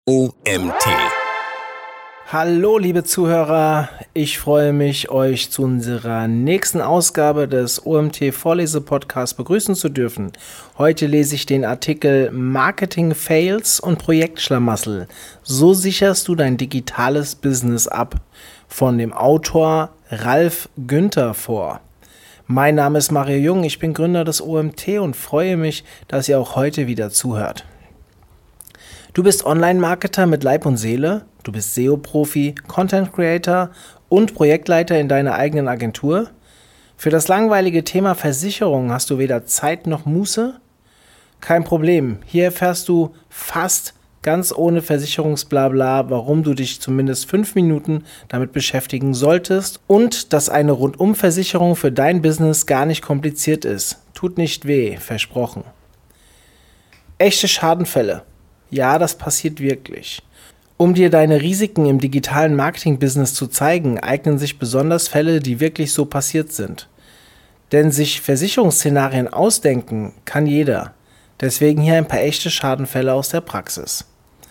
OMT. Hallo liebe Zuhörer, ich freue mich, euch zu unserer nächsten Ausgabe des OMT Vorlese-Podcasts begrüßen zu dürfen. Heute lese ich den Artikel Marketing Fails und Projektschlamassel. So sicherst du dein digitales Business ab von dem Autor Ralf Günther vor. Mein Name ist Mario Jung, ich bin Gründer des OMT und freue mich, dass ihr auch heute wieder zuhört. Du bist Online-Marketer mit Leib und Seele, du bist SEO-Profi, Content-Creator und Projektleiter in deiner eigenen Agentur. Für das langweilige Thema Versicherung hast du weder Zeit noch Muße? Kein Problem, hier erfährst du fast ganz ohne Versicherungsblabla, warum du dich zumindest 5 Minuten damit beschäftigen solltest und dass eine Rundum-Versicherung für dein Business gar nicht kompliziert ist. Tut nicht weh, versprochen. Echte Schadenfälle. Ja, das passiert wirklich. Um dir deine Risiken im digitalen Marketing-Business zu zeigen, eignen sich besonders Fälle, die wirklich so passiert sind. Denn sich Versicherungsszenarien ausdenken kann jeder. Deswegen hier ein paar echte Schadenfälle aus der Praxis.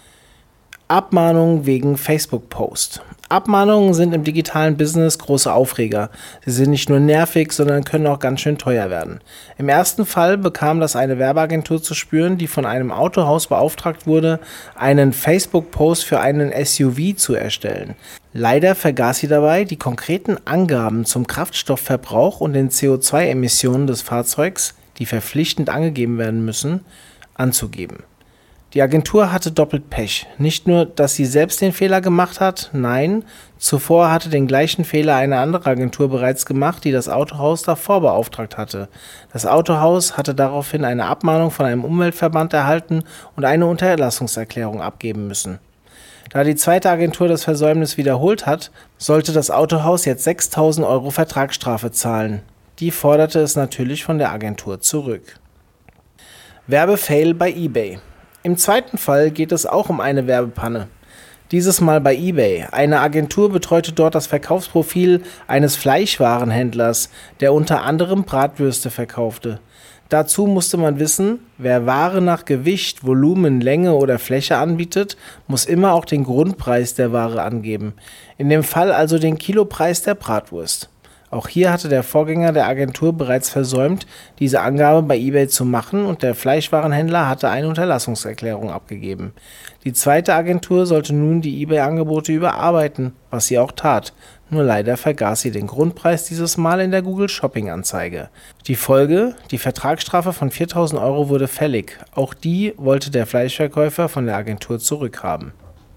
Abmahnungen wegen Facebook-Post. Abmahnungen sind im digitalen Business große Aufreger. Sie sind nicht nur nervig, sondern können auch ganz schön teuer werden. Im ersten Fall bekam das eine Werbeagentur zu spüren, die von einem Autohaus beauftragt wurde, einen Facebook-Post für einen SUV zu erstellen. Leider vergaß sie dabei, die konkreten Angaben zum Kraftstoffverbrauch und den CO2-Emissionen des Fahrzeugs, die verpflichtend angegeben werden müssen, anzugeben. Die Agentur hatte doppelt Pech. Nicht nur, dass sie selbst den Fehler gemacht hat, nein, zuvor hatte den gleichen Fehler eine andere Agentur bereits gemacht, die das Autohaus davor beauftragt hatte. Das Autohaus hatte daraufhin eine Abmahnung von einem Umweltverband erhalten und eine Unterlassungserklärung abgeben müssen. Da die zweite Agentur das Versäumnis wiederholt hat, sollte das Autohaus jetzt 6.000 € Vertragsstrafe zahlen. Die forderte es natürlich von der Agentur zurück. Werbefail bei eBay. Im zweiten Fall geht es auch um eine Werbepanne. Dieses Mal bei eBay. Eine Agentur betreute dort das Verkaufsprofil eines Fleischwarenhändlers, der unter anderem Bratwürste verkaufte. Dazu musste man wissen, wer Ware nach Gewicht, Volumen, Länge oder Fläche anbietet, muss immer auch den Grundpreis der Ware angeben. In dem Fall also den Kilopreis der Bratwurst. Auch hier hatte der Vorgänger der Agentur bereits versäumt, diese Angabe bei eBay zu machen und der Fleischwarenhändler hatte eine Unterlassungserklärung abgegeben. Die zweite Agentur sollte nun die eBay-Angebote überarbeiten, was sie auch tat. Nur leider vergaß sie den Grundpreis dieses Mal in der Google-Shopping-Anzeige. Die Folge? Die Vertragsstrafe von 4.000 € wurde fällig. Auch die wollte der Fleischverkäufer von der Agentur zurückhaben.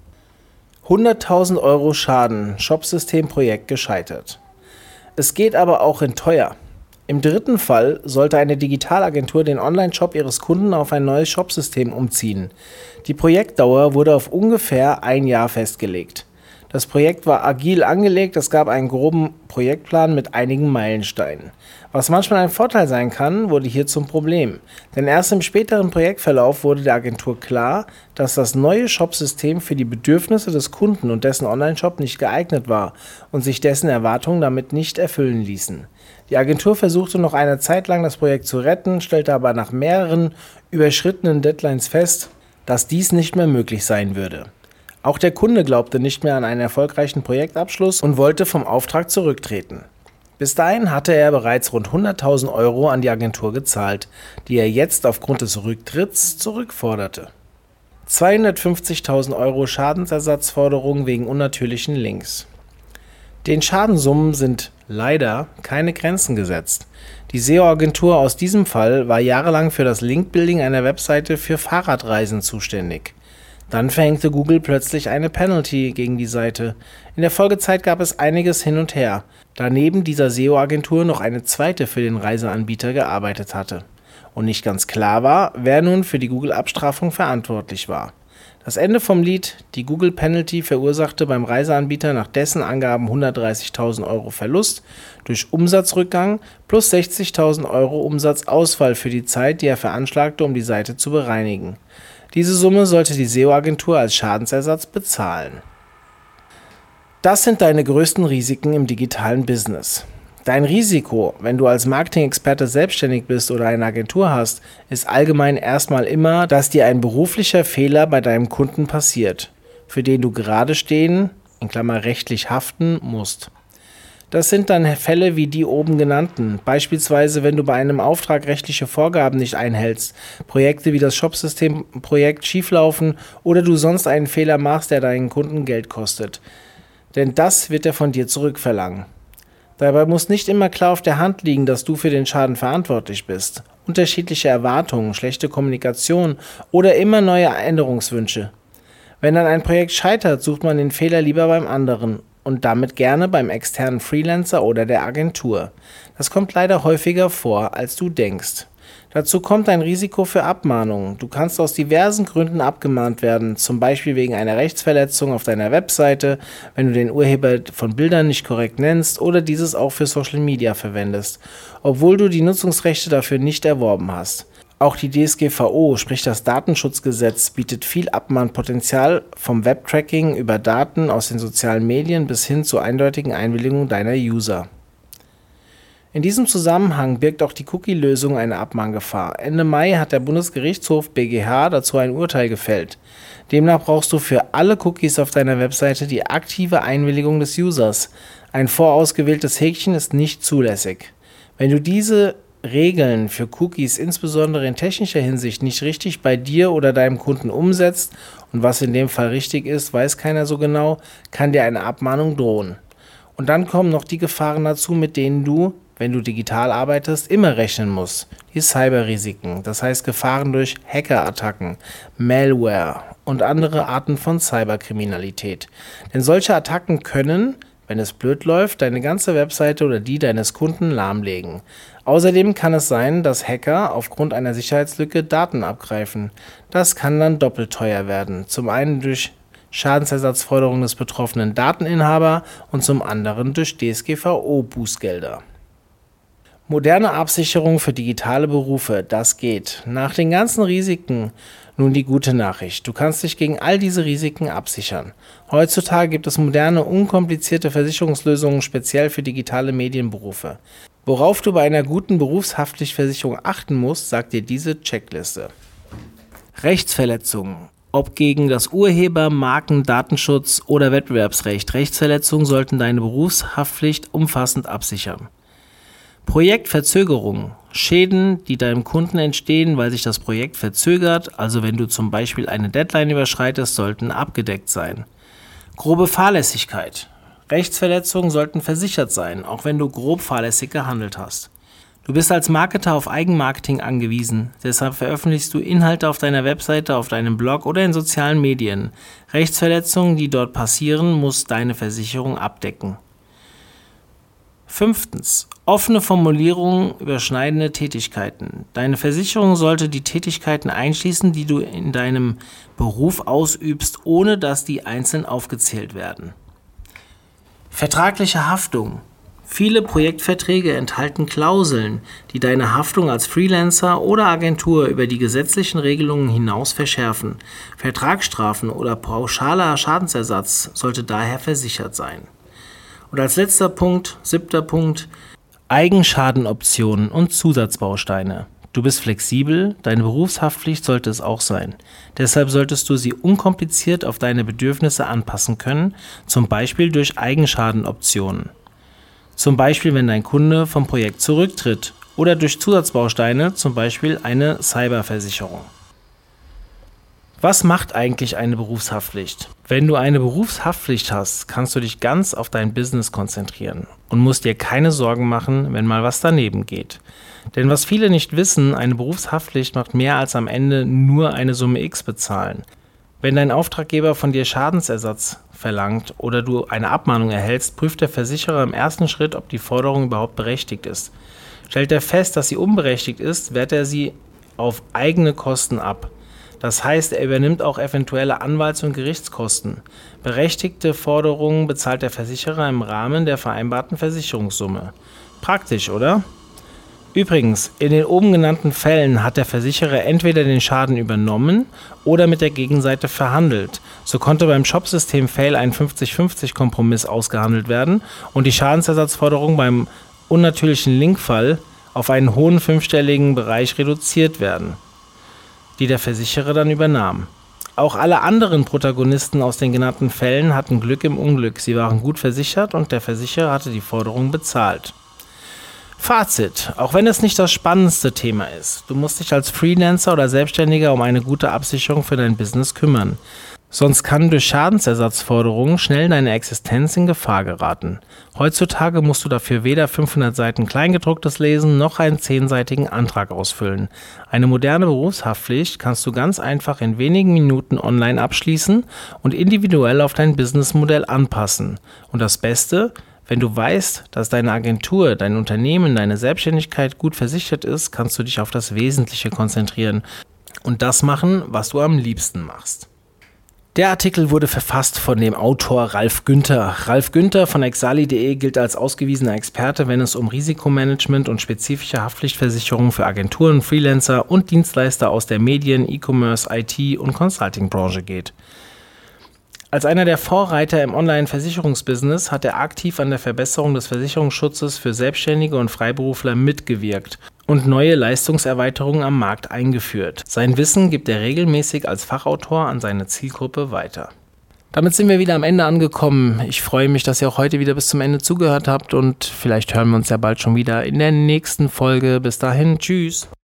100.000 € Schaden, Shopsystem-Projekt gescheitert. Es geht aber auch in teuer. Im dritten Fall sollte eine Digitalagentur den Online-Shop ihres Kunden auf ein neues Shopsystem umziehen. Die Projektdauer wurde auf ungefähr 1 Jahr festgelegt. Das Projekt war agil angelegt, es gab einen groben Projektplan mit einigen Meilensteinen. Was manchmal ein Vorteil sein kann, wurde hier zum Problem. Denn erst im späteren Projektverlauf wurde der Agentur klar, dass das neue Shopsystem für die Bedürfnisse des Kunden und dessen Online-Shop nicht geeignet war und sich dessen Erwartungen damit nicht erfüllen ließen. Die Agentur versuchte noch eine Zeit lang das Projekt zu retten, stellte aber nach mehreren überschrittenen Deadlines fest, dass dies nicht mehr möglich sein würde. Auch der Kunde glaubte nicht mehr an einen erfolgreichen Projektabschluss und wollte vom Auftrag zurücktreten. Bis dahin hatte er bereits rund 100.000 € an die Agentur gezahlt, die er jetzt aufgrund des Rücktritts zurückforderte. 250.000 € Schadensersatzforderung wegen unnatürlichen Links. Den Schadensummen sind leider keine Grenzen gesetzt. Die SEO-Agentur aus diesem Fall war jahrelang für das Linkbuilding einer Webseite für Fahrradreisen zuständig. Dann verhängte Google plötzlich eine Penalty gegen die Seite. In der Folgezeit gab es einiges hin und her, da neben dieser SEO-Agentur noch eine zweite für den Reiseanbieter gearbeitet hatte. Und nicht ganz klar war, wer nun für die Google-Abstrafung verantwortlich war. Das Ende vom Lied: die Google-Penalty verursachte beim Reiseanbieter nach dessen Angaben 130.000 € Verlust durch Umsatzrückgang plus 60.000 € Umsatzausfall für die Zeit, die er veranschlagte, um die Seite zu bereinigen. Diese Summe sollte die SEO-Agentur als Schadensersatz bezahlen. Das sind deine größten Risiken im digitalen Business. Dein Risiko, wenn du als Marketing-Experte selbstständig bist oder eine Agentur hast, ist allgemein erstmal immer, dass dir ein beruflicher Fehler bei deinem Kunden passiert, für den du gerade stehen, in Klammer rechtlich haften musst. Das sind dann Fälle wie die oben genannten, beispielsweise wenn du bei einem Auftrag rechtliche Vorgaben nicht einhältst, Projekte wie das Shopsystem-Projekt schieflaufen oder du sonst einen Fehler machst, der deinen Kunden Geld kostet. Denn das wird er von dir zurückverlangen. Dabei muss nicht immer klar auf der Hand liegen, dass du für den Schaden verantwortlich bist. Unterschiedliche Erwartungen, schlechte Kommunikation oder immer neue Änderungswünsche. Wenn dann ein Projekt scheitert, sucht man den Fehler lieber beim anderen und damit gerne beim externen Freelancer oder der Agentur. Das kommt leider häufiger vor, als du denkst. Dazu kommt ein Risiko für Abmahnungen. Du kannst aus diversen Gründen abgemahnt werden, zum Beispiel wegen einer Rechtsverletzung auf deiner Webseite, wenn du den Urheber von Bildern nicht korrekt nennst oder dieses auch für Social Media verwendest, obwohl du die Nutzungsrechte dafür nicht erworben hast. Auch die DSGVO, sprich das Datenschutzgesetz, bietet viel Abmahnpotenzial vom Webtracking über Daten aus den sozialen Medien bis hin zur eindeutigen Einwilligung deiner User. In diesem Zusammenhang birgt auch die Cookie-Lösung eine Abmahngefahr. Ende Mai hat der Bundesgerichtshof BGH dazu ein Urteil gefällt. Demnach brauchst du für alle Cookies auf deiner Webseite die aktive Einwilligung des Users. Ein vorausgewähltes Häkchen ist nicht zulässig. Wenn du diese Regeln für Cookies insbesondere in technischer Hinsicht nicht richtig bei dir oder deinem Kunden umsetzt, und was in dem Fall richtig ist, weiß keiner so genau, kann dir eine Abmahnung drohen. Und dann kommen noch die Gefahren dazu, mit denen du, wenn du digital arbeitest, immer rechnen musst. Die Cyberrisiken, das heißt Gefahren durch Hackerattacken, Malware und andere Arten von Cyberkriminalität. Denn solche Attacken können, wenn es blöd läuft, deine ganze Webseite oder die deines Kunden lahmlegen. Außerdem kann es sein, dass Hacker aufgrund einer Sicherheitslücke Daten abgreifen. Das kann dann doppelt teuer werden. Zum einen durch Schadensersatzforderungen des betroffenen Dateninhaber und zum anderen durch DSGVO-Bußgelder. Moderne Absicherung für digitale Berufe, das geht. Nach den ganzen Risiken nun die gute Nachricht. Du kannst dich gegen all diese Risiken absichern. Heutzutage gibt es moderne, unkomplizierte Versicherungslösungen speziell für digitale Medienberufe. Worauf du bei einer guten Berufshaftpflichtversicherung achten musst, sagt dir diese Checkliste. Rechtsverletzungen. Ob gegen das Urheber-, Marken-, Datenschutz- oder Wettbewerbsrecht. Rechtsverletzungen sollten deine Berufshaftpflicht umfassend absichern. Projektverzögerung. Schäden, die deinem Kunden entstehen, weil sich das Projekt verzögert, also wenn du zum Beispiel eine Deadline überschreitest, sollten abgedeckt sein. Grobe Fahrlässigkeit. Rechtsverletzungen sollten versichert sein, auch wenn du grob fahrlässig gehandelt hast. Du bist als Marketer auf Eigenmarketing angewiesen, deshalb veröffentlichst du Inhalte auf deiner Webseite, auf deinem Blog oder in sozialen Medien. Rechtsverletzungen, die dort passieren, muss deine Versicherung abdecken. 5. Offene Formulierungen, überschneidende Tätigkeiten. Deine Versicherung sollte die Tätigkeiten einschließen, die du in deinem Beruf ausübst, ohne dass die einzeln aufgezählt werden. Vertragliche Haftung. Viele Projektverträge enthalten Klauseln, die deine Haftung als Freelancer oder Agentur über die gesetzlichen Regelungen hinaus verschärfen. Vertragsstrafen oder pauschaler Schadensersatz sollte daher versichert sein. Und als letzter Punkt, 7. Punkt, Eigenschadenoptionen und Zusatzbausteine. Du bist flexibel, deine Berufshaftpflicht sollte es auch sein. Deshalb solltest du sie unkompliziert auf deine Bedürfnisse anpassen können, zum Beispiel durch Eigenschadenoptionen. Zum Beispiel, wenn dein Kunde vom Projekt zurücktritt oder durch Zusatzbausteine, zum Beispiel eine Cyberversicherung. Was macht eigentlich eine Berufshaftpflicht? Wenn du eine Berufshaftpflicht hast, kannst du dich ganz auf dein Business konzentrieren und musst dir keine Sorgen machen, wenn mal was daneben geht. Denn was viele nicht wissen, eine Berufshaftpflicht macht mehr als am Ende nur eine Summe X bezahlen. Wenn dein Auftraggeber von dir Schadensersatz verlangt oder du eine Abmahnung erhältst, prüft der Versicherer im ersten Schritt, ob die Forderung überhaupt berechtigt ist. Stellt er fest, dass sie unberechtigt ist, wehrt er sie auf eigene Kosten ab. Das heißt, er übernimmt auch eventuelle Anwalts- und Gerichtskosten. Berechtigte Forderungen bezahlt der Versicherer im Rahmen der vereinbarten Versicherungssumme. Praktisch, oder? Übrigens, in den oben genannten Fällen hat der Versicherer entweder den Schaden übernommen oder mit der Gegenseite verhandelt. So konnte beim Shopsystem-Fail ein 50-50-Kompromiss ausgehandelt werden und die Schadensersatzforderung beim unnatürlichen Linkfall auf einen hohen fünfstelligen Bereich reduziert werden, die der Versicherer dann übernahm. Auch alle anderen Protagonisten aus den genannten Fällen hatten Glück im Unglück. Sie waren gut versichert und der Versicherer hatte die Forderung bezahlt. Fazit: Auch wenn es nicht das spannendste Thema ist, du musst dich als Freelancer oder Selbstständiger um eine gute Absicherung für dein Business kümmern. Sonst kann durch Schadensersatzforderungen schnell deine Existenz in Gefahr geraten. Heutzutage musst du dafür weder 500 Seiten Kleingedrucktes lesen, noch einen 10-seitigen Antrag ausfüllen. Eine moderne Berufshaftpflicht kannst du ganz einfach in wenigen Minuten online abschließen und individuell auf dein Businessmodell anpassen. Und das Beste: Wenn du weißt, dass deine Agentur, dein Unternehmen, deine Selbstständigkeit gut versichert ist, kannst du dich auf das Wesentliche konzentrieren und das machen, was du am liebsten machst. Der Artikel wurde verfasst von dem Autor Ralf Günther. Ralf Günther von exali.de gilt als ausgewiesener Experte, wenn es um Risikomanagement und spezifische Haftpflichtversicherungen für Agenturen, Freelancer und Dienstleister aus der Medien-, E-Commerce-, IT- und Consulting-Branche geht. Als einer der Vorreiter im Online-Versicherungsbusiness hat er aktiv an der Verbesserung des Versicherungsschutzes für Selbstständige und Freiberufler mitgewirkt und neue Leistungserweiterungen am Markt eingeführt. Sein Wissen gibt er regelmäßig als Fachautor an seine Zielgruppe weiter. Damit sind wir wieder am Ende angekommen. Ich freue mich, dass ihr auch heute wieder bis zum Ende zugehört habt und vielleicht hören wir uns ja bald schon wieder in der nächsten Folge. Bis dahin, tschüss!